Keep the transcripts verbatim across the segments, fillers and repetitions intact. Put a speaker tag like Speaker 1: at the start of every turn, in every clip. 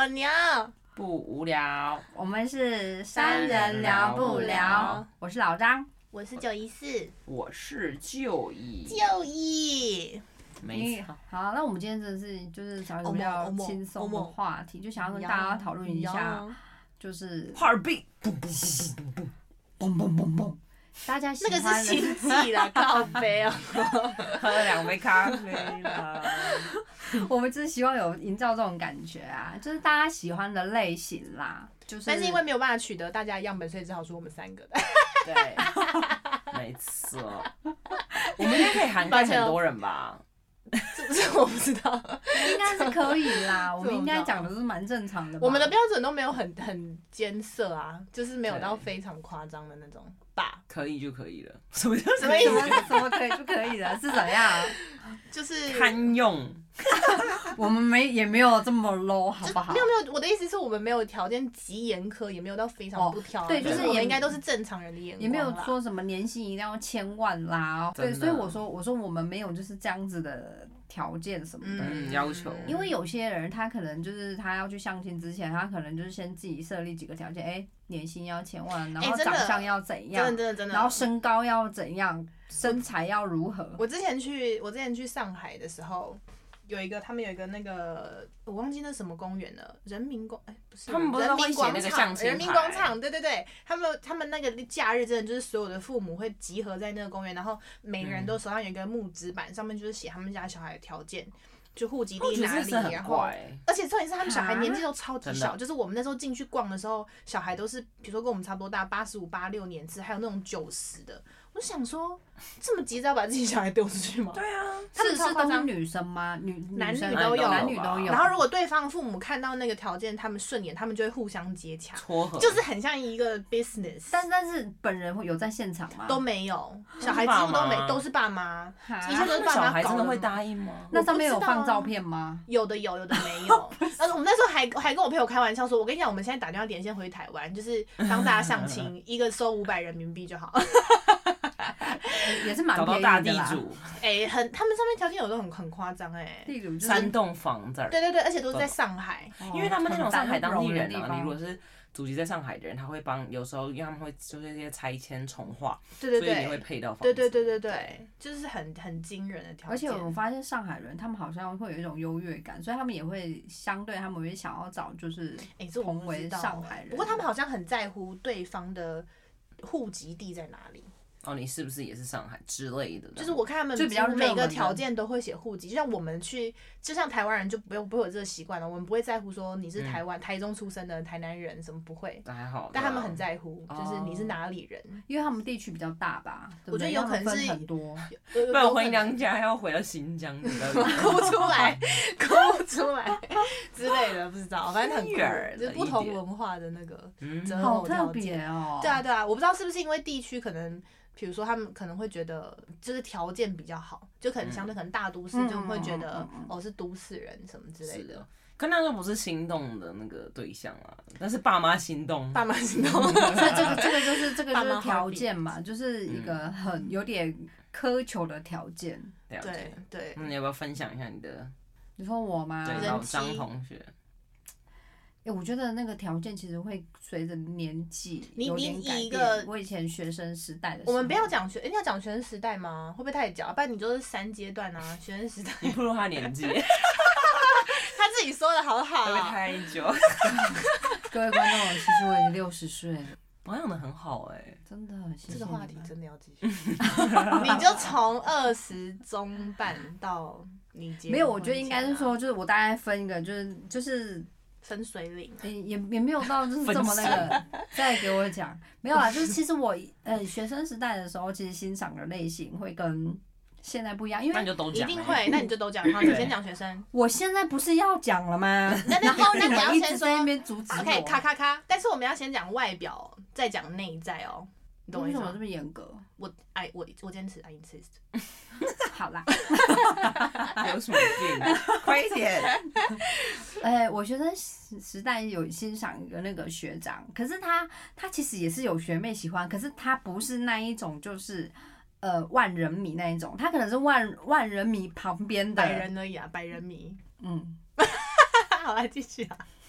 Speaker 1: 娘
Speaker 2: 不无聊，
Speaker 3: 我们是三人聊不聊，我是老张，
Speaker 1: 我是九一四，
Speaker 2: 我是就义，
Speaker 1: 就义。
Speaker 2: 没错。
Speaker 3: 好，那我们今天真的是就是找一个比较轻松的话题，就想要跟大家讨论一下，就是
Speaker 2: 哈尔滨，嘣嘣嘣嘣嘣嘣嘣，
Speaker 3: 大家喜
Speaker 1: 那
Speaker 3: 欢
Speaker 1: 个是心悸啦，靠杯哦。
Speaker 2: 喝了两杯咖啡啦。
Speaker 3: 我们只是希望有营造这种感觉啊，就是大家喜欢的类型啦。就是，
Speaker 1: 但是因为没有办法取得大家的样本，所以只好说我们三个的。
Speaker 2: 对，没错。我们应该可以涵盖很多人吧？
Speaker 1: 是不是我不知道，
Speaker 3: 应该是可以啦。我们应该讲的是蛮正常的吧。
Speaker 1: 我们的标准都没有很很艰涩啊，就是没有到非常夸张的那种吧。
Speaker 2: 可以就可以了。什么叫
Speaker 3: 什么意思？什么可以就可以了？是怎样？
Speaker 1: 就是
Speaker 2: 堪用。
Speaker 3: 我们没也没有这么 low， 好不好？
Speaker 1: 没有没有，我的意思是我们没有条件极严苛，也没有到非常不挑、啊哦。
Speaker 3: 对，就是
Speaker 1: 我们应该都是正常人的眼光，
Speaker 3: 也没有说什么年薪一定要千万啦。对，所以我说我说我们没有就是这样子的条件什么的、
Speaker 2: 嗯、要求。
Speaker 3: 因为有些人他可能就是他要去相亲之前，他可能就是先自己设立几个条件，哎、欸，年薪要千万，然后长相要怎样，
Speaker 1: 真的真的真的，
Speaker 3: 然后身高要怎样，身材要如何。
Speaker 1: 我之前去我之前去上海的时候。有一个，他们有一个那个，我忘记那什么公园了，人民公，哎、欸，不是，
Speaker 2: 他们不是都会写那个相亲牌，
Speaker 1: 人民广场，对对对，他们他们那个假日真的就是所有的父母会集合在那个公园，然后每个人都手上有一个木纸板，上面就是写他们家小孩的条件。就户籍地哪里，然后，而且重点是他们小孩年纪都超级小，就是我们那时候进去逛的时候，小孩都是比如说跟我们差不多大，八十五、八六年次，还有那种九十的。我就想说，这么急着要把自己小孩丢出去吗？
Speaker 2: 对啊，
Speaker 3: 他们是都是女生吗？女
Speaker 1: 男女都有，
Speaker 3: 男女都有。
Speaker 1: 然后如果对方父母看到那个条件，他们顺眼，他们就会互相接洽，
Speaker 2: 撮合，
Speaker 1: 就是很像一个 business。
Speaker 3: 但但是本人有在现场吗？
Speaker 1: 都没有，小孩几乎都没，都是爸妈，一切都是爸妈搞的。
Speaker 2: 小孩真的会答应吗？
Speaker 3: 那上面有放照片吗？
Speaker 1: 有的有，有的没有。但是我们那时候还还跟我朋友开玩笑说，我跟你讲，我们现在打电话连线回台湾，就是帮大家相亲，一个收五百人民币就好。
Speaker 3: 也是蛮便宜的啦。找到
Speaker 2: 大地主，
Speaker 1: 哎、欸，很，他们上面条件有的很很夸张哎，
Speaker 3: 例如
Speaker 2: 三栋房子，
Speaker 1: 对对对，而且都是在上海，
Speaker 2: 哦、因为他们那种上海当地人啊，你如果是祖籍在上海的人，他会帮，有时候因为他们会就是一些拆迁重划，
Speaker 1: 对对对，
Speaker 2: 所以你会配到房子，
Speaker 1: 对对对对对，就是很很惊人的条件。
Speaker 3: 而且我发现上海人他们好像会有一种优越感，所以他们也会相对他们会想要找就是同为上海人、欸。
Speaker 1: 不过他们好像很在乎对方的户籍地在哪里。
Speaker 2: 哦，你是不是也是上海之类的？
Speaker 1: 就是我看他们每个条件都会写户籍，就像我们去，就像台湾人就不用不会有这个习惯了，我们不会在乎说你是台湾、嗯、台中出生的台南人什么不会，
Speaker 2: 还好，
Speaker 1: 但他们很在乎，
Speaker 2: 哦、
Speaker 1: 就是你是哪里人，
Speaker 3: 因为他们地区比较大吧，对不对？
Speaker 1: 我觉得有可能是
Speaker 3: 很多，
Speaker 2: 不然回娘家还要回到新疆，
Speaker 1: 哭出来，哭出来之类的，不知道，反正很
Speaker 2: 远，
Speaker 1: 就是不同文化的那个择
Speaker 3: 偶
Speaker 1: 条件，
Speaker 3: 好特别哦。
Speaker 1: 对啊对啊，我不知道是不是因为地区可能。比如说，他们可能会觉得就是条件比较好，就可能相对可能大都市就会觉得、嗯、哦是都市人什么之类的。
Speaker 2: 可那时候不是心动的那个对象啊，但是爸妈心动，
Speaker 1: 爸妈心动，
Speaker 3: 所以这个这个就是这个就是条件嘛，就是一个很有点苛求的条件。
Speaker 2: 了解，
Speaker 1: 对对。
Speaker 2: 那你要不要分享一下你的？
Speaker 3: 你说我吗？
Speaker 2: 对，老张同学。
Speaker 3: 欸、我觉得那个条件其实会随着年纪
Speaker 1: 有
Speaker 3: 点改变。
Speaker 1: 你你一个
Speaker 3: 我以前学生时代的时候，
Speaker 1: 我们不要讲学，欸、你要讲学生时代吗？会不会太早？不然你就是三阶段啊，学生时代。
Speaker 2: 你不如他年纪。
Speaker 1: 他自己说的好好、啊。
Speaker 2: 会不会太久？
Speaker 3: 各位观众，其实我已经六十岁了，
Speaker 2: 保养的很好哎、欸，
Speaker 3: 真的。谢谢
Speaker 1: 这个话题真的要继续。你就从二十中半到你结婚。
Speaker 3: 没有，我觉得应该是说，就是我大概分一个，就是就是。
Speaker 1: 分水岭、
Speaker 3: 欸，也也没有到就是这么那个，再给我讲，没有啦，就是其实我呃学生时代的时候，其实欣赏的类型会跟现在不一样，因为
Speaker 1: 一定会，那你就都讲，好，你先讲学生。
Speaker 3: 我现在不是要讲了吗？
Speaker 1: 然后那你要先说
Speaker 3: 那边阻止我
Speaker 1: ，OK， 咔咔咔，但是我们要先讲外表，再讲内在哦。你懂我意思吗？
Speaker 3: 为什么这么严格？
Speaker 1: 我爱我我坚持 I insist。
Speaker 3: 好啦，
Speaker 2: 有什么病？快一点！
Speaker 3: 哎、欸，我学生时代有欣赏一个那个学长，可是他他其实也是有学妹喜欢，可是他不是那一种就是呃万人迷那一种，他可能是万万人迷旁边的
Speaker 1: 百人而已啊，百人迷。
Speaker 3: 嗯，
Speaker 1: 好，来继续啊。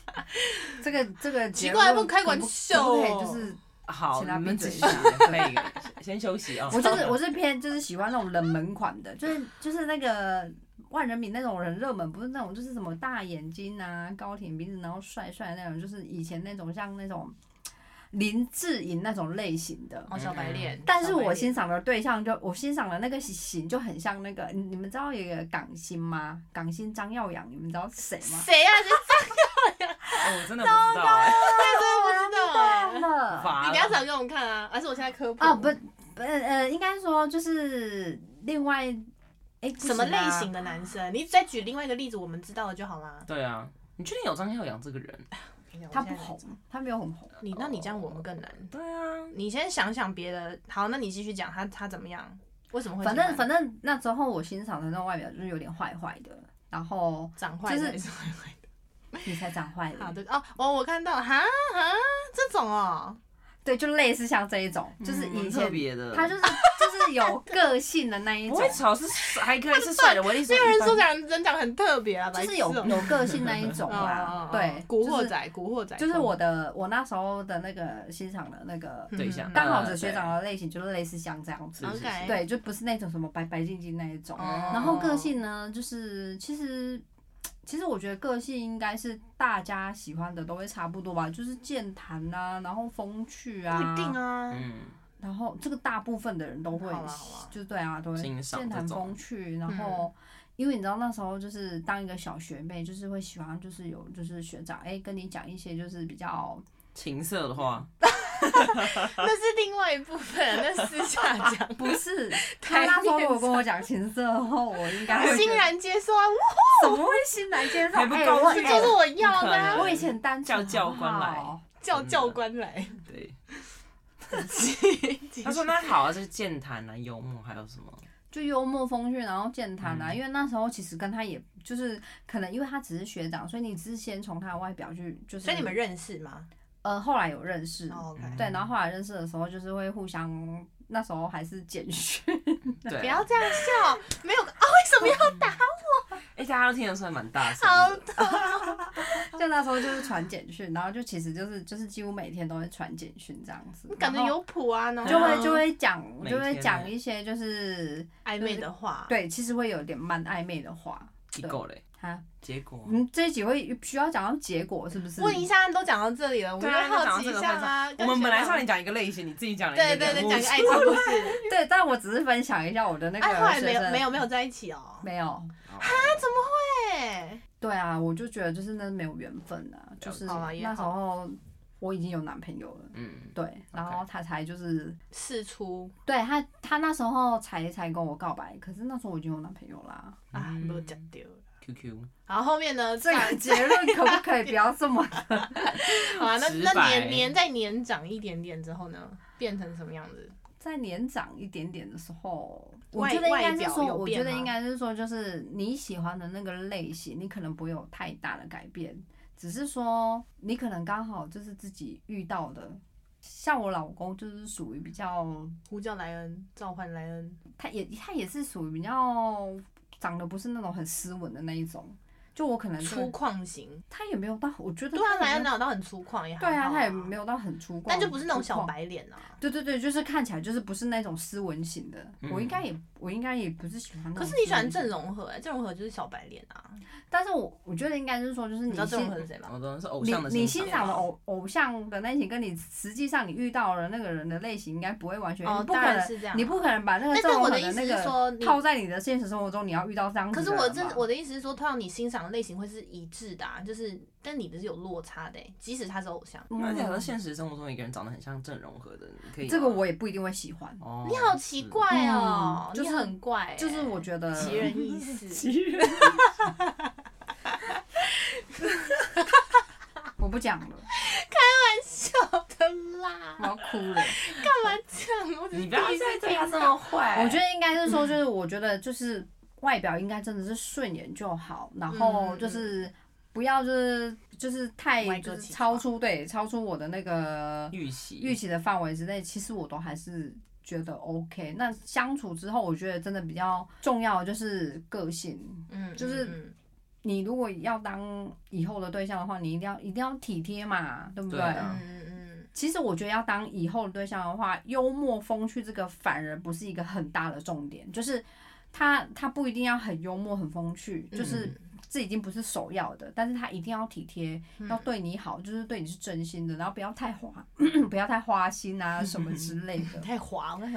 Speaker 3: 这个这个
Speaker 1: 奇怪，不开玩笑
Speaker 3: 可不可以就是
Speaker 2: 好，你们继续，可以先休息啊。
Speaker 3: 我就是我是偏就是喜欢那种冷门款的，就是就是那个万人迷那种人热门，不是那种就是什么大眼睛啊、高挺鼻子，然后帅帅的那种，就是以前那种像那种林志颖那种类型的。
Speaker 1: 哦，小白脸。
Speaker 3: 但是我欣赏的对象就我欣赏的那个型就很像那个，你你们知道有一个港星吗？港星张耀扬，你们知道是谁吗？
Speaker 1: 谁啊？是张耀扬？
Speaker 2: 哦，我真的不知道哎、欸，
Speaker 1: 我真的不知道哎、
Speaker 3: 欸。
Speaker 1: 你等一下找给我们看啊，还是我现在科普？
Speaker 3: 哦，不不呃，应该说就是另外。哎、欸，
Speaker 1: 什么类型的男生？你再举另外一个例子，我们知道了就好啦。
Speaker 2: 对啊，你确定有张耀扬这个人？
Speaker 3: 他不红，他没有很红。
Speaker 1: 你那你这样我们更难。
Speaker 2: 对啊，
Speaker 1: 你先想想别的。好，那你继续讲他他怎么样？为什么会？
Speaker 3: 反正反正那时候我欣赏的那种外表就是有点坏坏的，然后
Speaker 1: 长坏的还是坏坏
Speaker 3: 的？你才长坏的。
Speaker 1: 好的哦，我我看到哈哈这种哦。
Speaker 3: 对，就类似像这一种，就是以前他就是就是有个性的那一种，
Speaker 2: 不会吵是还可以是帅的，我意思。
Speaker 1: 没有人说讲人讲很特别啊，
Speaker 3: 就是有有个性那一种啦，对，
Speaker 1: 古惑仔，古惑仔，
Speaker 3: 就是我的我那时候的那个欣赏的那个
Speaker 2: 对象，
Speaker 3: 刚好是学长的类型，就是类似像这样子，
Speaker 1: 对，
Speaker 3: 对，就不是那种什么白白净净那一种，然后个性呢，就是其实。其实我觉得个性应该是大家喜欢的都会差不多吧，就是健谈啊，然后风趣啊，
Speaker 1: 不一定啊，
Speaker 2: 嗯，
Speaker 3: 然后这个大部分的人都会，就对啊，都会健谈风趣，然后因为你知道那时候就是当一个小学妹，就是会喜欢就是有就是学长哎跟你讲一些就是比较
Speaker 2: 情色的话。
Speaker 1: 那是另外一部分，那私下讲。
Speaker 3: 不是，他那时候如果跟我讲情色的话，我应该会
Speaker 1: 欣然接受啊！
Speaker 3: 怎么会欣然接受？
Speaker 2: 还不高兴，
Speaker 1: 这就是我要的。
Speaker 3: 我以前单
Speaker 2: 叫教官来，
Speaker 1: 叫教官来。
Speaker 2: 对。他说那好啊，就是健谈啊，幽默，还有什么？
Speaker 3: 就幽默风趣，然后健谈啊、嗯，因为那时候其实跟他也就是可能因为他只是学长，所以你只是先从他的外表去就是。
Speaker 1: 所以你们认识吗？
Speaker 3: 呃，后来有认识，
Speaker 1: oh, okay.
Speaker 3: 对，然后后来认识的时候，就是会互相，那时候还是简讯。
Speaker 1: 不要这样笑，没有啊，为什么要打我？
Speaker 2: 哎、欸，大家都听得出来蛮大声。
Speaker 1: 好的。
Speaker 3: 就那时候就是传简讯，然后就其实就是就是几乎每天都会传简讯这样子。
Speaker 1: 感觉有谱啊，然后
Speaker 3: 就会就会讲就会讲一些就是
Speaker 1: 暧昧的话。
Speaker 3: 对，其实会有点蛮暧昧的话。
Speaker 2: 结果嘞？
Speaker 3: 哈，
Speaker 2: 结果。
Speaker 3: 嗯，这一集会需要讲到结果是不是？
Speaker 1: 问一下，都讲到这里了，我们好奇一下啊。
Speaker 2: 我们本来让你讲一个类型，你自己讲了一个。
Speaker 1: 对对对，讲个爱情故事。
Speaker 3: 对，但我只是分享一下我的那个。
Speaker 1: 哎，后来没有没有没有在一起哦。
Speaker 3: 没有。
Speaker 1: 啊？怎么会？
Speaker 3: 对啊，我就觉得就是那没有缘分啊，就是那时候我已经有男朋友了，嗯，对，然后他才就是
Speaker 1: 释出，
Speaker 3: 对他他那时候才才跟我告白，可是那时候我已经有男朋友啦，
Speaker 1: 啊，没有讲掉了。
Speaker 2: Q Q，
Speaker 1: 然后后面呢？
Speaker 3: 这个结论可不可以不要这么？
Speaker 1: 好啊，那那年年再年长一点点之后呢，变成什么样子？
Speaker 3: 在年长一点点的时候，我觉得应该是说，我觉得应该是说，就是你喜欢的那个类型，你可能不会有太大的改变，只是说你可能刚好就是自己遇到的。像我老公就是属于比较
Speaker 1: 呼叫莱恩，召唤莱恩，
Speaker 3: 他也他也是属于比较长得不是那种很斯文的那一种。就我可能
Speaker 1: 粗犷型，
Speaker 3: 他也没有到，我觉得
Speaker 1: 对啊，莱恩哪有到很粗犷也还好、啊，
Speaker 3: 对啊，他也没有到很粗犷，
Speaker 1: 但就不是那种小白脸啊。
Speaker 3: 对对对，就是看起来就是不是那种斯文型的，嗯、我应该也我应该也不是喜欢那种。
Speaker 1: 可是你喜欢郑容和、欸，郑容和就是小白脸啊。
Speaker 3: 但是我我觉得应该是说，就是你
Speaker 1: 知道郑容和是谁吗？
Speaker 2: 我都是偶像的
Speaker 3: 你你欣赏的偶偶像的类型，跟你实际上你遇到的那个人的类型，应该不会完全。
Speaker 1: 哦，
Speaker 3: 你不可能
Speaker 1: 是这样。
Speaker 3: 你不可能把那个郑容和的那个套在你的现实生活中，你要遇到这样子的人吧。
Speaker 1: 可是我这我的意思是说，通常你欣赏的类型会是一致的、啊，就是但你的是有落差的、欸，即使他是偶像。
Speaker 2: 而且和现实生活中一个人长得很像郑容和的，你可以。
Speaker 3: 这个我也不一定会喜欢。
Speaker 2: 哦、
Speaker 1: 你好奇怪哦，
Speaker 3: 嗯、就是
Speaker 1: 你很怪、欸，
Speaker 3: 就是我觉得
Speaker 1: 奇人异事。
Speaker 3: 奇人。我不讲了，
Speaker 1: 开玩笑的啦，
Speaker 3: 我要哭了，
Speaker 1: 干嘛这样？
Speaker 2: 你不要再对他这么坏。
Speaker 3: 我觉得应该是说，就是我觉得就是外表应该真的是顺眼就好，然后就是不要就是就是太就是超出对超出我的那个
Speaker 2: 预期
Speaker 3: 预期的范围之内，其实我都还是觉得 OK。那相处之后，我觉得真的比较重要的就是个性，
Speaker 1: 嗯，
Speaker 3: 就是你如果要当以后的对象的话，你一定要一定要体贴嘛，对不对？
Speaker 2: 对啊
Speaker 1: 嗯嗯
Speaker 3: 其实我觉得要当以后的对象的话，幽默风趣这个反而不是一个很大的重点，就是他他不一定要很幽默很风趣，就是这已经不是首要的，但是他一定要体贴，要对你好，就是对你是真心的，然后不要太花，不要太花心啊什么之类的。
Speaker 1: 嗯，太滑，我想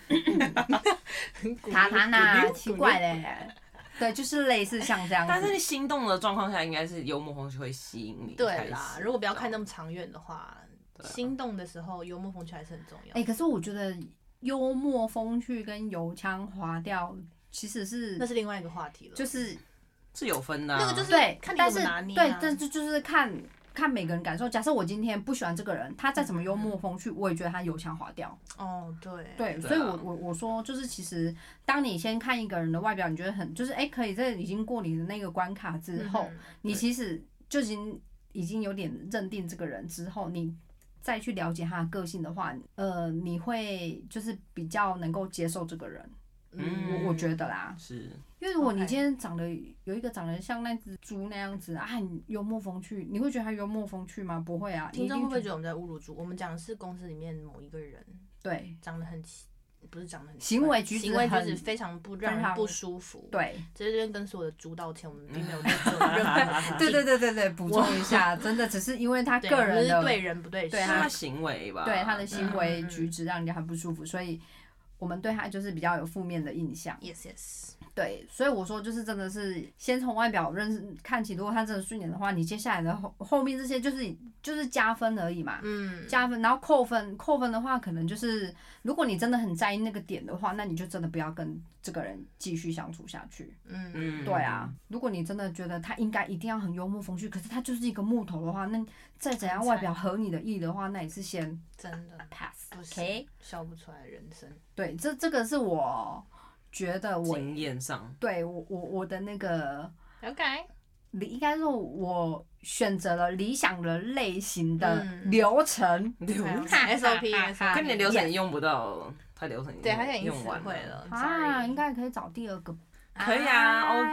Speaker 3: 塔塔呐，奇怪嘞。对，就是类似像这样子。
Speaker 2: 但是你心动的状况下，应该是幽默风趣会吸引你。
Speaker 1: 对啦，如果不要看那么长远的话，心动的时候幽默风趣还是很重要。
Speaker 3: 哎、欸，可是我觉得幽默风趣跟油腔滑调其实是
Speaker 1: 那是另外一个话题了，
Speaker 3: 就是
Speaker 2: 是有分的、啊。
Speaker 1: 那个就是
Speaker 3: 对，
Speaker 1: 看你
Speaker 3: 但是
Speaker 1: 怎么拿捏、啊。
Speaker 3: 对，但是就是看看每个人感受。假设我今天不喜欢这个人，他再怎么幽默风趣，我也觉得他油腔滑调。
Speaker 1: 哦，对。
Speaker 3: 对，所以我我我说就是其实当你先看一个人的外表，你觉得很就是哎、欸、可以，这已经过你的那个关卡之后，嗯、你其实就已经已经有点认定这个人之后，你再去了解他的个性的话，呃，你会就是比较能够接受这个人。嗯，我我觉得啦，
Speaker 2: 是，
Speaker 3: 因为如果你今天长得有一个长得像那只猪那样子啊，很幽默风趣，你会觉得他幽默风趣吗？不会啊。
Speaker 1: 听众会不会觉得我们在侮辱猪？我们讲的是公司里面某一个人，
Speaker 3: 对，
Speaker 1: 长得很不是长得很
Speaker 3: 行为举止
Speaker 1: 行为举止非常不让人不舒服。
Speaker 3: 对，
Speaker 1: 在这边跟所有的猪道歉，我们并没有在做任何。
Speaker 3: 对对对对对，补充一下，真的只是因为他个人的
Speaker 1: 对人不对事，
Speaker 3: 对
Speaker 2: 他行为吧，
Speaker 3: 对他的行为举止让人家很不舒服，所以。我们对他就是比较有负面的印象。
Speaker 1: Yes, yes。
Speaker 3: 对，所以我说就是真的是先从外表认识看起，如果他真的顺眼的话，你接下来的后后面这些就是就是加分而已嘛。
Speaker 1: 嗯。加
Speaker 3: 分，然后扣分，扣分的话可能就是如果你真的很在意那个点的话，那你就真的不要跟这个人继续相处下去。
Speaker 1: 嗯
Speaker 3: 嗯。对啊，如果你真的觉得他应该一定要很幽默风趣，可是他就是一个木头的话，那再怎样外表合你的意的话，那也是先
Speaker 1: 真的
Speaker 3: pass。OK。
Speaker 1: 笑不出来的人生。
Speaker 3: 对，这这个是我觉得我
Speaker 2: 经验上，
Speaker 3: 对我我我的那个
Speaker 1: OK，
Speaker 3: 应该说我选择了理想的类型的流程，
Speaker 2: 流程
Speaker 1: S O P，
Speaker 2: 跟你的流程用不到，他流程
Speaker 1: 对他已经
Speaker 2: 用完
Speaker 1: 了
Speaker 3: 啊，应该可以找第二个。
Speaker 2: 可以啊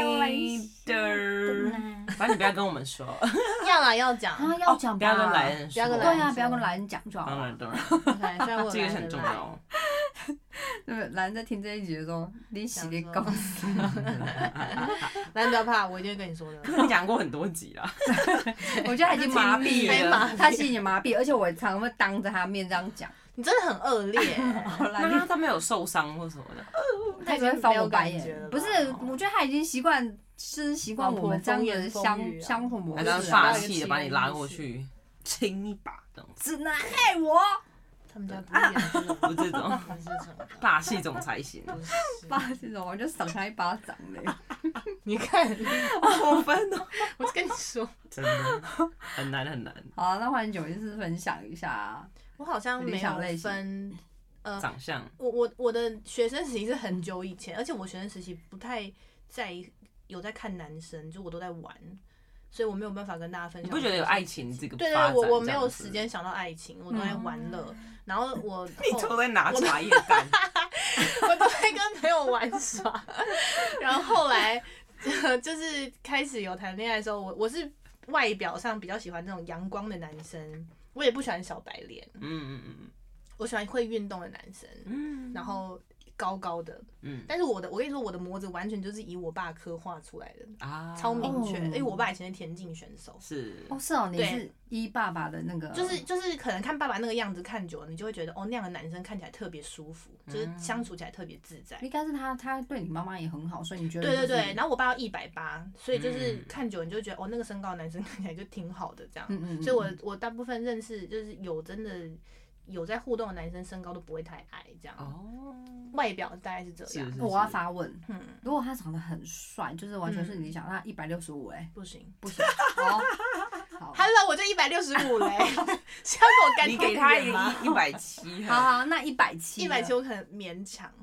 Speaker 2: ，OK 的，反正你不要跟我们说。
Speaker 1: 要啦，要讲
Speaker 3: 啊，要讲，
Speaker 2: 不要跟来人说。
Speaker 3: 对啊，不要跟来人讲就好
Speaker 2: 了。当然当
Speaker 1: 然，
Speaker 2: 这个很重要。
Speaker 3: 对，来人在听这一集的时候，你洗的告诉。
Speaker 1: 来人不要怕，我一定会跟你说的。
Speaker 2: 可是你讲过很多集啦。
Speaker 3: 我觉得他已经麻痹了，他其实已经麻痹，而且我常常会当着他面这样讲。
Speaker 1: 你真的很恶劣。
Speaker 2: 那他没有受伤或什么的。
Speaker 3: 他只会翻我白眼，不是，我觉得他已经习惯，是习惯我们这样的相相处模式，
Speaker 2: 还霸气的把你拉过去亲一把这样子，
Speaker 3: 只能害我。
Speaker 1: 他们家不是这种，
Speaker 2: 不是这种，霸气总裁型，
Speaker 3: 霸气总，我就赏他一巴掌嘞。
Speaker 1: 你看，
Speaker 2: 好分哦！
Speaker 1: 我跟你说，
Speaker 2: 真的很难很难。
Speaker 3: 好，那换九一四分享一下，
Speaker 1: 我好像没有分。呃，
Speaker 2: 长相，
Speaker 1: 我我我的学生时期是很久以前，而且我学生时期不太在有在看男生，就我都在玩，所以我没有办法跟大家分享。
Speaker 2: 你不觉得有爱情这个？
Speaker 1: 对对，我我没有时间想到爱情，我都在玩乐。嗯、然后我
Speaker 2: 你都在拿茶叶蛋，
Speaker 1: 我都在跟朋友玩耍。然后后来就是开始有谈恋爱的时候，我我是外表上比较喜欢那种阳光的男生，我也不喜欢小白脸。嗯嗯嗯。我喜欢会运动的男生，嗯、然后高高的，嗯、但是我的我跟你说，我的模子完全就是以我爸刻画出来的，啊、超明确。因为我爸以前是田径选手，
Speaker 2: 是
Speaker 3: 哦是哦，你是依爸爸的那个，
Speaker 1: 就是就是可能看爸爸那个样子看久了，你就会觉得哦那样的男生看起来特别舒服，嗯、就是相处起来特别自在。
Speaker 3: 应该是他他对你妈妈也很好，所以你觉得、
Speaker 1: 就是、对对对。然后我爸要一百八，所以就是看久了你就觉得、嗯、哦那个身高的男生看起来就挺好的这样。嗯嗯嗯所以我我大部分认识就是有真的。有在互动的男生身高都不会太矮，这样。哦。外表大概是这样。
Speaker 3: 是是是我要发问，嗯，如果他长得很帅，就是完全是你想，他一百六十五，哎，
Speaker 1: 不行
Speaker 3: 不行。好。好
Speaker 1: Hello， 我就一百六十五嘞，是要给我干
Speaker 2: 你给他一个一百七。
Speaker 3: 好好，那一百七。
Speaker 1: 一百七我可能勉强。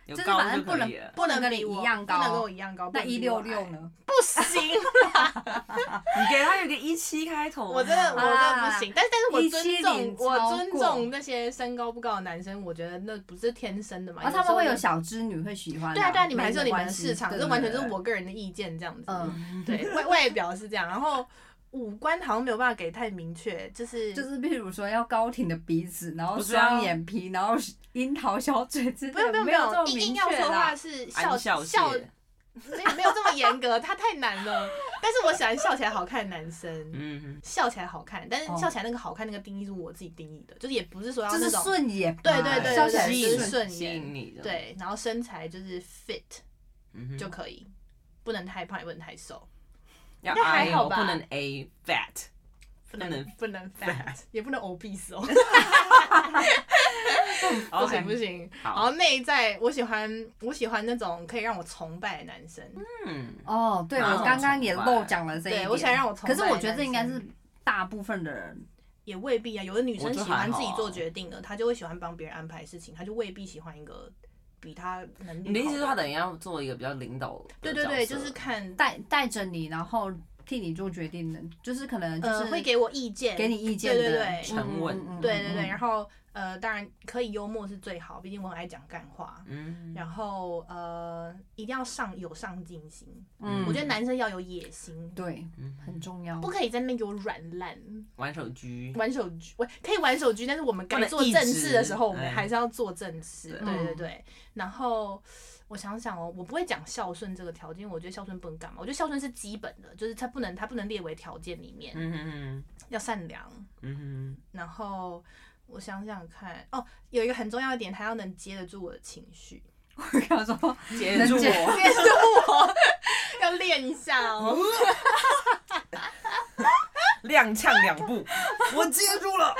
Speaker 3: 就是反正不能
Speaker 1: 不
Speaker 3: 能跟你一样高，
Speaker 1: 不能跟我一样高。
Speaker 3: 那一六六呢？
Speaker 1: 不行啦！
Speaker 2: 你给他有一个一七开头，
Speaker 1: 我真的我真的不行。但是但是我尊重我尊
Speaker 3: 过
Speaker 1: 重那些身高不高的男生，我觉得那不是天生的嘛。
Speaker 3: 啊，他们会有小织女会喜欢。
Speaker 1: 对啊对啊，你们还是有你们的市场，
Speaker 3: 这
Speaker 1: 这完全就是我个人的意见这样子。
Speaker 3: 嗯，
Speaker 1: 对，外外表是这样，然后。五官好像没有办法给太明确，就是
Speaker 3: 就是，譬如说要高挺的鼻子，然后双眼皮，然后樱桃小嘴之类的，
Speaker 1: 不用不用
Speaker 3: 没有这么明
Speaker 1: 硬要说话是笑
Speaker 2: 笑，
Speaker 1: 没有没有这么严格，他太难了。但是我喜欢笑起来好看的男生，
Speaker 2: 嗯，
Speaker 1: 笑起来好看，但是笑起来那个好看那个定义是我自己定义的，就是也不是说要
Speaker 3: 那种，就是顺眼，
Speaker 1: 对对对，
Speaker 3: 笑起来
Speaker 1: 是顺
Speaker 2: 眼，
Speaker 1: 对，然后身材就是 fit 就可以，不能太胖也不能太瘦。
Speaker 2: 要
Speaker 1: 还好吧，
Speaker 2: 不能 A fat，
Speaker 1: 不能不能 fat， 也不能 obese 哦。不行不行。然后内在，我喜欢我喜欢那种可以让我崇拜的男生。
Speaker 2: 嗯，
Speaker 3: 哦，对，我刚刚也漏讲了这一点。
Speaker 1: 对，我想让我崇拜。
Speaker 3: 可是我觉得这应该是大部分的人。
Speaker 1: 也未必啊，有的女生喜欢自己做决定的，她就会喜欢帮别人安排事情，她就未必喜欢一个。比他能力好。
Speaker 2: 你的意思是，他等于要做一个比较领导的角色？
Speaker 1: 对对对，就是看
Speaker 3: 带带着你，然后替你做决定的，就是可能就是、
Speaker 1: 呃、会给我意见，
Speaker 3: 给你意见的，
Speaker 1: 对对对，
Speaker 2: 沉稳，
Speaker 1: 嗯、对对对，然后呃，当然可以幽默是最好，毕竟我很爱讲干话。嗯，然后呃，一定要上有上进心。嗯，我觉得男生要有野心，
Speaker 3: 对，很重要，
Speaker 1: 不可以在那边给我软烂，
Speaker 2: 玩手机，
Speaker 1: 玩手机，我可以玩手机，但是我们该做正事的时候，我们还是要做正事。对对对，然后。我想想哦，我不会讲孝顺这个条件，我觉得孝顺不能干嘛？我觉得孝顺是基本的，就是它不能，它不能列为条件里面。嗯哼，要善良。嗯哼，然后我想想看，哦，有一个很重要一点，他要能接得住我的情绪。
Speaker 3: 我跟他说，
Speaker 2: 接得住我，接
Speaker 1: 得住我，要练一下哦。
Speaker 2: 踉跄两步，我接住了。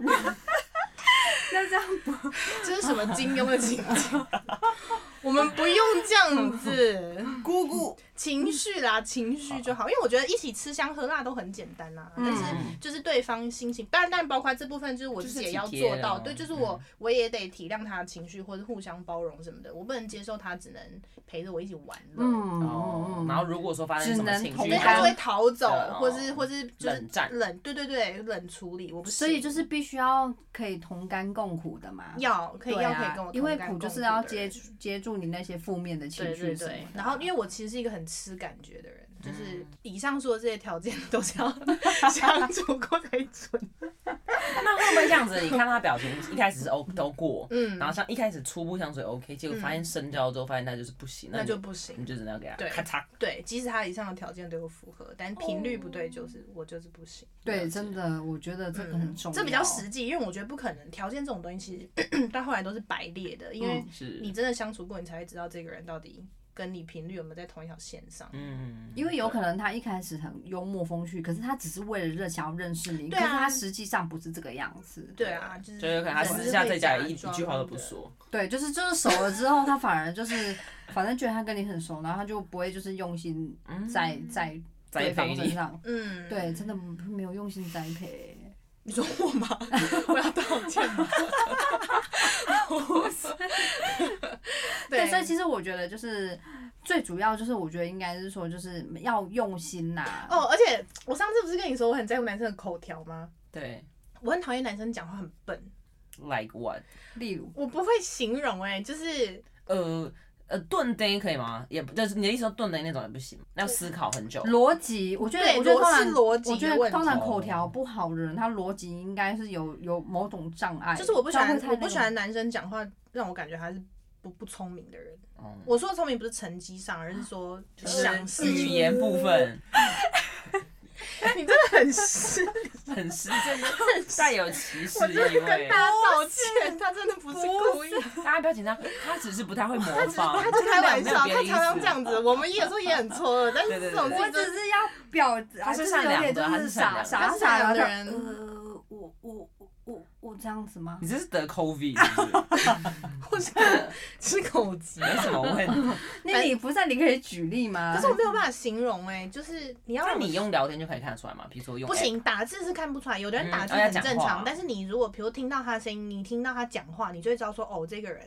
Speaker 3: 那这样不，
Speaker 1: 这是什么金庸的情节？我们不用这样子，
Speaker 2: 姑姑
Speaker 1: 情绪啦，情绪就好，因为我觉得一起吃香喝辣都很简单啦，嗯、但是就是对方心情，当然当然包括这部分，就是我自己也要做到，对，就是我、嗯、我也得体谅他的情绪，或者互相包容什么的，我不能接受他只能陪着我一起玩乐，
Speaker 2: 嗯哦，然后如果说发生什么情绪，
Speaker 1: 对他就会逃走，哦、或是或是就是
Speaker 2: 冷战，
Speaker 1: 冷，对对对，冷处理，我不行，
Speaker 3: 所以就是必须要可以同甘共苦的嘛，
Speaker 1: 要可以、啊、要可以跟我同甘共苦的人，
Speaker 3: 因为苦就是要接接住你那些负面的情绪，
Speaker 1: 对对对，然后因为我其实是一个很吃感觉的人。就是以上说的这些条件都是要相处过才准。
Speaker 2: 那会不会这样子？你看他表情一开始是 O 都过，嗯，然后像一开始初步相处 OK， 结果发现深交之后发现那就是不行，
Speaker 1: 那就不行，
Speaker 2: 你就只能要给他
Speaker 1: 咔嚓。对，即使他以上的条件都有符合，但频率不对，就是我就是不行。
Speaker 3: 对，真的，我觉得这个很重要。
Speaker 1: 这比较实际，因为我觉得不可能，条件这种东西其实到后来都是白列的，因为你真的相处过，你才会知道这个人到底。跟你频率有没有在同一条线上？嗯，
Speaker 3: 因为有可能他一开始很幽默风趣，可是他只是为了认想要认识你，
Speaker 1: 对啊、
Speaker 3: 可是他实际上不是这个样子。
Speaker 1: 对啊，就是
Speaker 2: 就有可能他私下在家里一一句话都不说。
Speaker 3: 对，就是就是熟了之后，他反而就是反正觉得他跟你很熟，然后他就不会就是用心在在对方身上。嗯，对，真的没有用心栽培。
Speaker 1: 你说我吗？我要道歉吗？
Speaker 3: 不是。对，所以其实我觉得就是最主要就是我觉得应该是说就是要用心呐、啊。
Speaker 1: 哦，而且我上次不是跟你说我很在乎男生的口条吗？
Speaker 2: 对，
Speaker 1: 我很讨厌男生讲话很笨。
Speaker 2: Like what？
Speaker 3: 例如，
Speaker 1: 我不会形容哎、欸，就是
Speaker 2: 呃。呃，钝呆可以吗？也就是你的意思说钝呆那种也不行，要思考很久。
Speaker 3: 逻辑，我觉得，我觉得通常，
Speaker 1: 逻辑
Speaker 3: 我觉得通常口条不好的人，他逻辑应该是有有某种障碍。
Speaker 1: 就是我不喜欢，我不喜欢男生讲话让我感觉他是不不聪明的人。嗯、我说的聪明不是成绩上，而是说想事
Speaker 2: 语言部分。
Speaker 1: 你真的很失礼，
Speaker 2: 很失，真的带有歧视意味。
Speaker 1: 我真的跟大家道歉，他真的不是故意。
Speaker 2: 大家不要紧张，他只是不太会模仿，
Speaker 1: 他是开玩笑，他常常这样子。我们有时候也很错愕，但是这种
Speaker 3: 我只是要表，
Speaker 2: 他是善良的，
Speaker 3: 他是傻傻
Speaker 1: 傻的人。
Speaker 3: 呃，我我我我这样子吗？
Speaker 2: 你这是得 COVID 是不是？
Speaker 1: 我是吃口疾，
Speaker 2: 有什么问题？
Speaker 3: 那你不是你可以举例吗？
Speaker 1: 可是我没有办法形容哎、欸，就是你要。
Speaker 2: 那你用聊天就可以看得出来吗？比如说用。
Speaker 1: 不行，打字是看不出来。有的人打字很正常，嗯、但是你如果比如听到他的声音，你听到他讲话，你就会知道说哦，这个人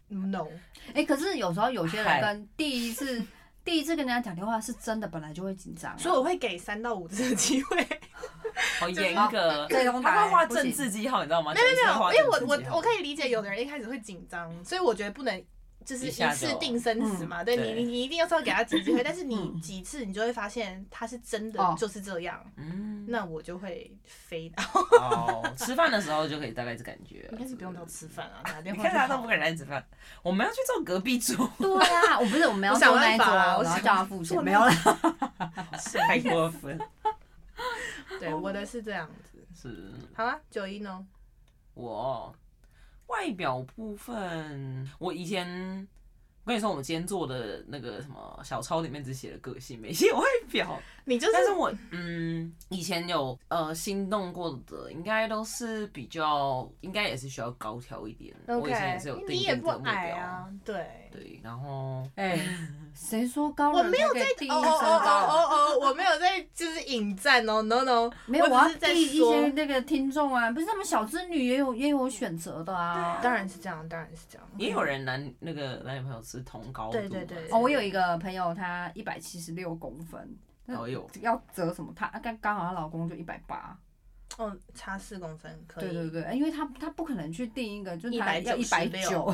Speaker 1: no。
Speaker 3: 哎、欸，可是有时候有些人跟第一次第一次跟人家讲电话是真的本来就会紧张、啊，
Speaker 1: 所以我会给三到五次的机会。
Speaker 2: 好严格，
Speaker 3: 他
Speaker 2: 会画政治记号，你知道吗？
Speaker 1: 没有没有，因为我我我可以理解有的人一开始会紧张，所以我觉得不能就是一次定生死嘛。对你你你一定要稍微给他几机会，但是你几次你就会发现他是真的就是这样，嗯，那我就会飞到。
Speaker 2: 哦，吃饭的时候就可以大概这感觉。
Speaker 1: 应该是不用到吃饭啊，打电话。
Speaker 2: 你看他都不敢来吃饭，我们要去坐隔壁桌。
Speaker 3: 对啊，我不是我们要坐那一桌，然后叫他付钱，没有啦，
Speaker 2: 太过分。
Speaker 1: 对，我的是这样子。
Speaker 2: 是。
Speaker 1: 好啊，九一呢？
Speaker 2: 我外表部分，我以前我跟你说，我们今天做的那个什么小抄里面只写了个性，没写外表。
Speaker 1: 你就是，
Speaker 2: 但是我嗯，以前有呃心动过的，应该都是比较，应该也是需要高挑一点。
Speaker 1: Okay,
Speaker 2: 我以前也是有定定的目标。
Speaker 1: 啊，对
Speaker 2: 对，然后
Speaker 3: 哎，谁、欸、说高
Speaker 1: 人才可以定义身高？哦哦哦哦，我没有在就是引战哦 ，no no，
Speaker 3: 没有，我
Speaker 1: 要
Speaker 3: 替一些那个听众啊，不是他们小资女也有也有选择的啊。
Speaker 1: 当然是这样，当然是这样。
Speaker 2: 也有人男那个男女朋友是同高度。
Speaker 1: 对对对。
Speaker 3: 哦，我有一个朋友，他一百七十六公分。
Speaker 2: 哦有
Speaker 3: 要折什么？她刚刚好，她老公就一百八，
Speaker 1: 哦，差四公分可以。
Speaker 3: 对对对，因为她她不可能去定一个，就是她要
Speaker 1: 一
Speaker 3: 百九。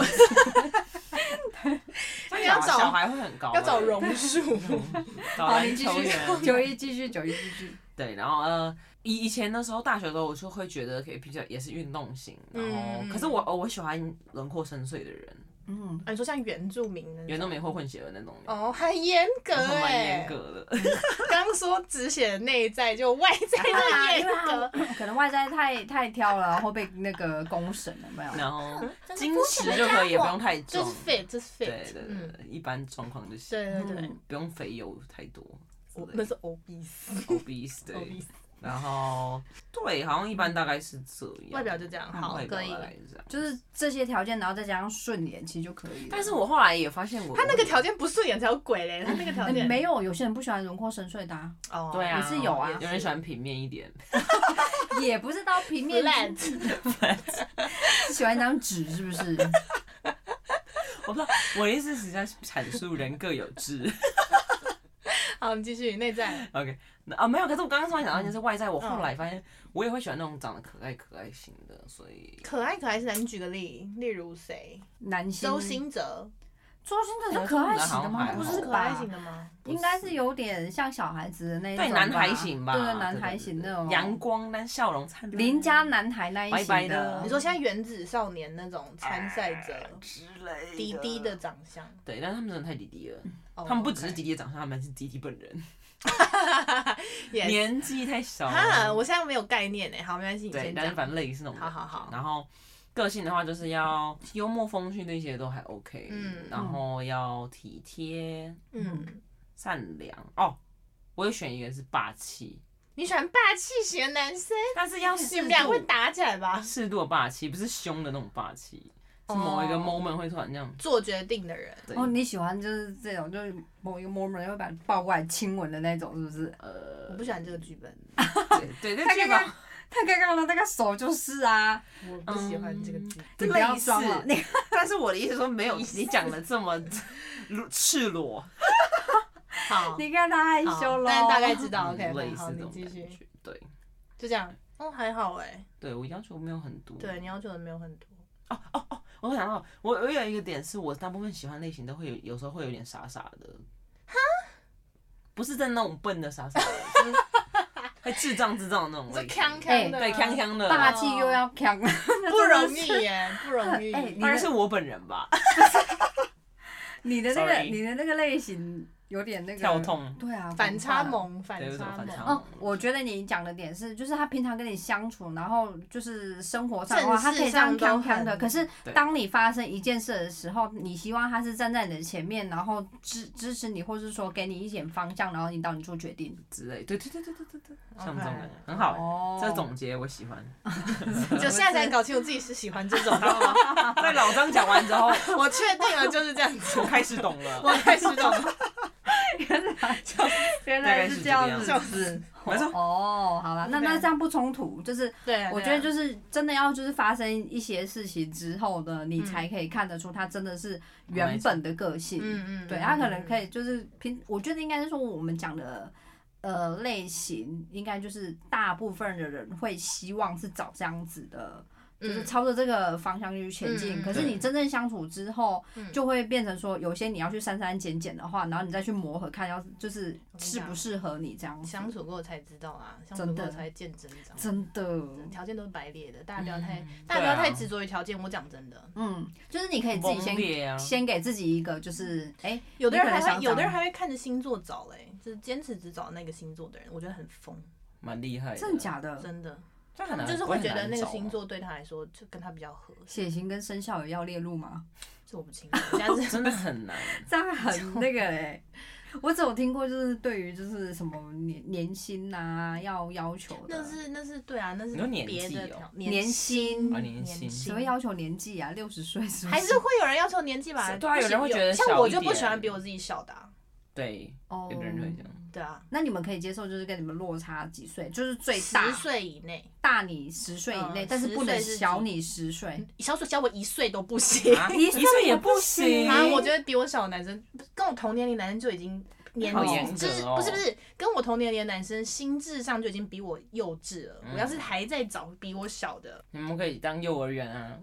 Speaker 2: 所以要找小孩会很高，
Speaker 1: 要找榕树。
Speaker 2: 好，你继续，
Speaker 3: 九一继续，九一继续。
Speaker 2: 对，然后呃，以以前的时候，大学的时候，我就会觉得可以比较也是运动型，然后、嗯、可是我我喜欢轮廓深邃的人。
Speaker 1: 嗯，啊、你说像原住民那种，
Speaker 2: 原住民或混血的那种。
Speaker 1: 哦，很严格哎、欸，
Speaker 2: 蛮严格的。
Speaker 1: 刚说只写内在，就外在的严格，
Speaker 3: 可能外在太太挑了，然后被那个公审了，没有。
Speaker 2: 然后矜持就可以，也不用太重，
Speaker 1: 就是 fit， 就是 fit，
Speaker 2: 对对对，嗯、一般状况就行。
Speaker 1: 对对对，
Speaker 2: 不用肥油太多。
Speaker 1: 那是 obese。
Speaker 2: obese 对。然后对，好像一般大概是这样，
Speaker 1: 外表就这样，好，可以，
Speaker 3: 就是这些条件，然后再加上顺眼，其实就可以了。
Speaker 2: 但是我后来也发现我，
Speaker 1: 他那个条件不顺眼才有鬼嘞，他那个条件
Speaker 3: 没有，有些人不喜欢轮廓深邃的。
Speaker 1: 哦，
Speaker 2: 对啊，
Speaker 3: 也是有啊，
Speaker 2: 有人喜欢平面一点，
Speaker 3: 也不是到平面
Speaker 1: flat，
Speaker 3: 是喜欢一张纸是不是？
Speaker 2: 我不知道，我的意思是在阐述人各有志。
Speaker 1: 好，我们继续内在。
Speaker 2: OK， 啊没有，可是我刚刚突然想到就是外在，我后来发现我也会喜欢那种长得可爱可爱型的，所以
Speaker 1: 可爱可爱是哪？你举个例，例如谁？
Speaker 3: 男星
Speaker 1: 周兴哲。
Speaker 3: 周星哲是可爱型的吗？不是
Speaker 1: 可爱型的吗？
Speaker 3: 应该是有点像小孩子的那种，
Speaker 2: 对，男孩型吧，
Speaker 3: 对，男孩型那种，
Speaker 2: 阳光但笑容灿烂，
Speaker 3: 邻家男孩那一型的。
Speaker 2: 白白的
Speaker 1: 你说现在原子少年那种参赛者
Speaker 2: 之类的，
Speaker 1: 滴滴的长相，
Speaker 2: 对，但是他们真的太滴滴了，他们不只是滴滴的长相，他们是滴滴本人。
Speaker 1: yes.
Speaker 2: 年纪太小
Speaker 1: 哈，我现在没有概念哎，好，没关系，你先讲。
Speaker 2: 对，但是反正类似那种。
Speaker 1: 好好好。
Speaker 2: 然后个性的话，就是要幽默风趣那些都还 OK，嗯，然后要体贴，嗯，善良。哦，我也选一个是霸气。
Speaker 1: 你喜欢霸气型的男生？
Speaker 2: 但是要适度，
Speaker 1: 你们俩会打起来吧？
Speaker 2: 适度的霸气，不是凶的那种霸气。是某一个 moment 会突然这样
Speaker 1: 做决定的人。
Speaker 3: 哦，你喜欢就是这种，就是某一个 moment 会把你抱过来亲吻的那种，是不是？
Speaker 1: 呃，我不喜欢这个剧本。
Speaker 2: 对对，这剧本。
Speaker 3: 他刚刚的那个手就是啊，
Speaker 1: 我不喜欢这个剧
Speaker 3: 本。你不要装了，你。
Speaker 2: 但是我的意思说，没有你讲的这么赤裸。
Speaker 1: 好，
Speaker 3: 你看他害羞了。
Speaker 1: 但大概知道 ，OK， 好，你继续。
Speaker 2: 对，
Speaker 1: 就这样。哦，还好哎。
Speaker 2: 对我要求没有很多。
Speaker 1: 对你要求的没有很多。
Speaker 2: 哦哦哦！我想到，我我有一个点是我大部分喜欢类型都会有，有时候会有点傻傻的。哈？不是真的那种笨的傻傻的，就是会智障智障的那种类型。
Speaker 1: 鏘鏘的，
Speaker 2: 对，鏘鏘的。
Speaker 3: 霸气又要鏘，
Speaker 1: 不容易耶，不容易。
Speaker 2: 当然是我本人吧。
Speaker 3: 你的那个，你的那个类型。有点那个
Speaker 2: 跳痛，
Speaker 3: 对啊，
Speaker 1: 反差萌，反差萌。
Speaker 3: 哦，我觉得你讲的点是，就是他平常跟你相处，然后就是生活上的话，他可以这样锵锵的。可是当你发生一件事的时候，你希望他是站在你的前面，然后支支持你，或是说给你一点方向，然后引导你做决定
Speaker 2: 之类。对对对对对对对，像这种人很好，这总结我喜欢。
Speaker 1: 就现在才搞清楚自己是喜欢这种的。
Speaker 2: 在老张讲完之后，
Speaker 1: 我确定了就是这样子，
Speaker 2: 我开始懂了，
Speaker 1: 我开始懂了。
Speaker 3: 原来原来是这样子，
Speaker 2: 没错。
Speaker 3: 哦，好了，那那这样不冲突，就是
Speaker 1: 对，
Speaker 3: 我觉得就是真的要就是发生一些事情之后呢，你才可以看得出他真的是原本的个性。
Speaker 1: 嗯嗯，
Speaker 3: 对，他可能可以就是平，我觉得应该是说我们讲的。呃，类型应该就是大部分的人会希望是找这样子的，就是朝着这个方向去前进。可是你真正相处之后，就会变成说，有些你要去删删减减的话，然后你再去磨合，看要就是适不适合你这样子。
Speaker 1: 相处过才知道啊，相处过才见真章。
Speaker 3: 真的，
Speaker 1: 条件都是白列的，大家不要太，大家不要太执着于条件。我讲真的，
Speaker 3: 嗯，就是你可以自己先先给自己一个，就是哎，
Speaker 1: 有的人还会，有的人还会看着星座找嘞。就是坚持只找那个星座的人，我觉得很疯，
Speaker 2: 蛮厉害的。
Speaker 3: 真的假的？
Speaker 1: 真的，
Speaker 2: 他很难，
Speaker 1: 就是会觉得那个星座对他来说就跟他比较合。
Speaker 3: 血型跟生肖也要列入吗？
Speaker 1: 这我不清楚，但是
Speaker 2: 真的很难，
Speaker 3: 这样很那个哎。我只有听过，就是对于就是什么年年薪啊，要要求的。
Speaker 1: 那是那是对啊，那是别的条
Speaker 3: 年薪，
Speaker 2: 年薪，
Speaker 3: 谁会要求年纪啊？六十岁是不是？
Speaker 1: 还是会有人要求年纪吧？
Speaker 2: 对啊，有人会觉得
Speaker 1: 像我就不喜欢比我自己小的。
Speaker 2: 对，有的人会这样。
Speaker 1: 对啊，
Speaker 3: 那你们可以接受，就是跟你们落差几岁，就是最大
Speaker 1: 十岁以内，
Speaker 3: 大你十岁以内，但是不能小你十岁，
Speaker 1: 小小我一岁都不行，
Speaker 3: 一岁也不行
Speaker 1: 啊！我觉得比我小的男生，跟我同年龄男生就已经年龄就是不是不是，跟我同年龄的男生心智上就已经比我幼稚了。我要是还在找比我小的，
Speaker 2: 你们可以当幼儿园啊！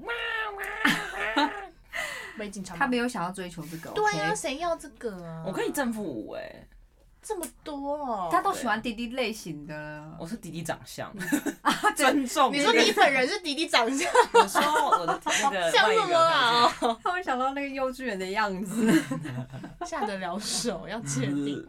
Speaker 3: 他没有想要追求这个，
Speaker 1: 对啊，谁要这个啊？
Speaker 2: 我可以正负五哎。
Speaker 1: 这么多哦，
Speaker 3: 他都喜欢弟弟类型的。
Speaker 2: 我是弟弟长相，尊重。
Speaker 1: 你说你本人是弟弟长相？
Speaker 2: 我说我的那个
Speaker 1: 像什么啊？
Speaker 3: 他会想到那个幼稚园的样子，
Speaker 1: 下得了手，要确定。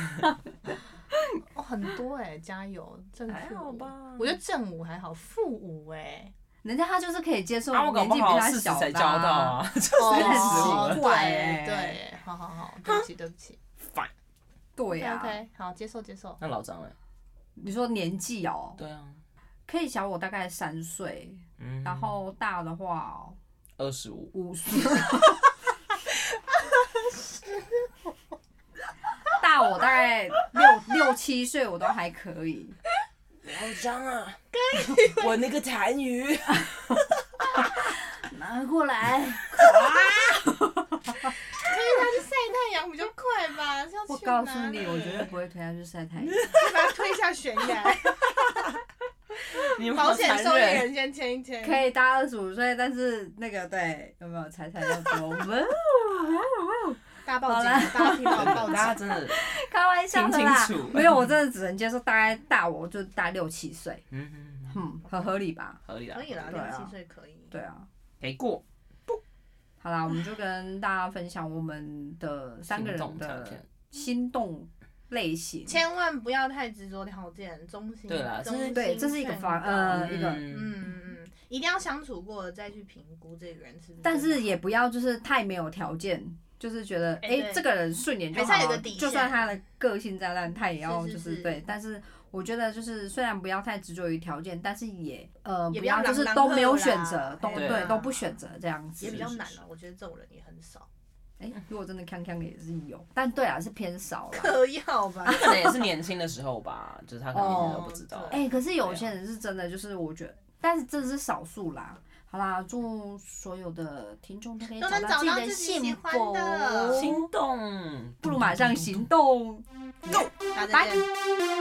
Speaker 1: 哦，很多哎，加油，正负
Speaker 2: 还好吧？
Speaker 1: 我觉得正五还好，负五哎。
Speaker 3: 人家他就是可以接受
Speaker 2: 年纪比他小的，才交到啊，
Speaker 1: 哦，
Speaker 3: 很奇怪哎。
Speaker 1: 对，好好好，对不起对不起。
Speaker 2: 烦。
Speaker 3: 对呀
Speaker 1: ，OK， 好，接受接受。
Speaker 2: 那老张嘞？
Speaker 3: 你说年纪哦？
Speaker 2: 对啊，
Speaker 3: 可以小我大概三岁，
Speaker 2: 嗯，
Speaker 3: 然后大的话
Speaker 2: 二十五，
Speaker 3: 五岁，大我大概六六七岁，我都还可以。
Speaker 2: 老张啊，我那个痰盂，
Speaker 3: 拿过来。
Speaker 1: 推他去晒太阳比较快吧？
Speaker 3: 我告诉你，我绝对不会推他去晒太阳，
Speaker 1: 把他推下悬崖。保险受益人先签一签。
Speaker 3: 可以大二十五岁，但是那个对有没有财产要多？
Speaker 1: 大家报警，大家听到报警，
Speaker 2: 大家真的
Speaker 3: 开玩笑的啦，没有，我真的只能接受大概大我就大概六七岁，
Speaker 2: 嗯嗯
Speaker 3: 嗯，很合理吧？
Speaker 2: 合理啦，
Speaker 1: 可以啦，六七岁可以。
Speaker 3: 对啊，
Speaker 2: 给过。
Speaker 3: 好啦，我们就跟大家分享我们的三个人的心动类型，
Speaker 1: 千万不要太执着条件，中心。
Speaker 2: 对啦，
Speaker 3: 对，这是一个方呃一个
Speaker 1: 嗯嗯嗯，一定要相处过再去评估这个人是不是。
Speaker 3: 但是也不要就是太没有条件，就是觉得哎这个人顺眼就好，就算他的个性再烂，他也要就是对，但是。我觉得就是虽然不要太执着于条件，但是也呃不要就是都没有选择，都对都不选择这样子。
Speaker 1: 也比较难了，我觉得这种人也很少。
Speaker 3: 哎，如果真的康康的也是有，但对啊是偏少了。
Speaker 1: 嗑药吧，
Speaker 2: 可能也是年轻的时候吧，就是他可能也都不知道。
Speaker 3: 哎，可是有些人是真的，就是我觉得，但是这是少数啦。好啦，祝所有的听众都可以找到自己的幸福，
Speaker 2: 心动，
Speaker 3: 不如马上行动。
Speaker 1: Go，大家再见。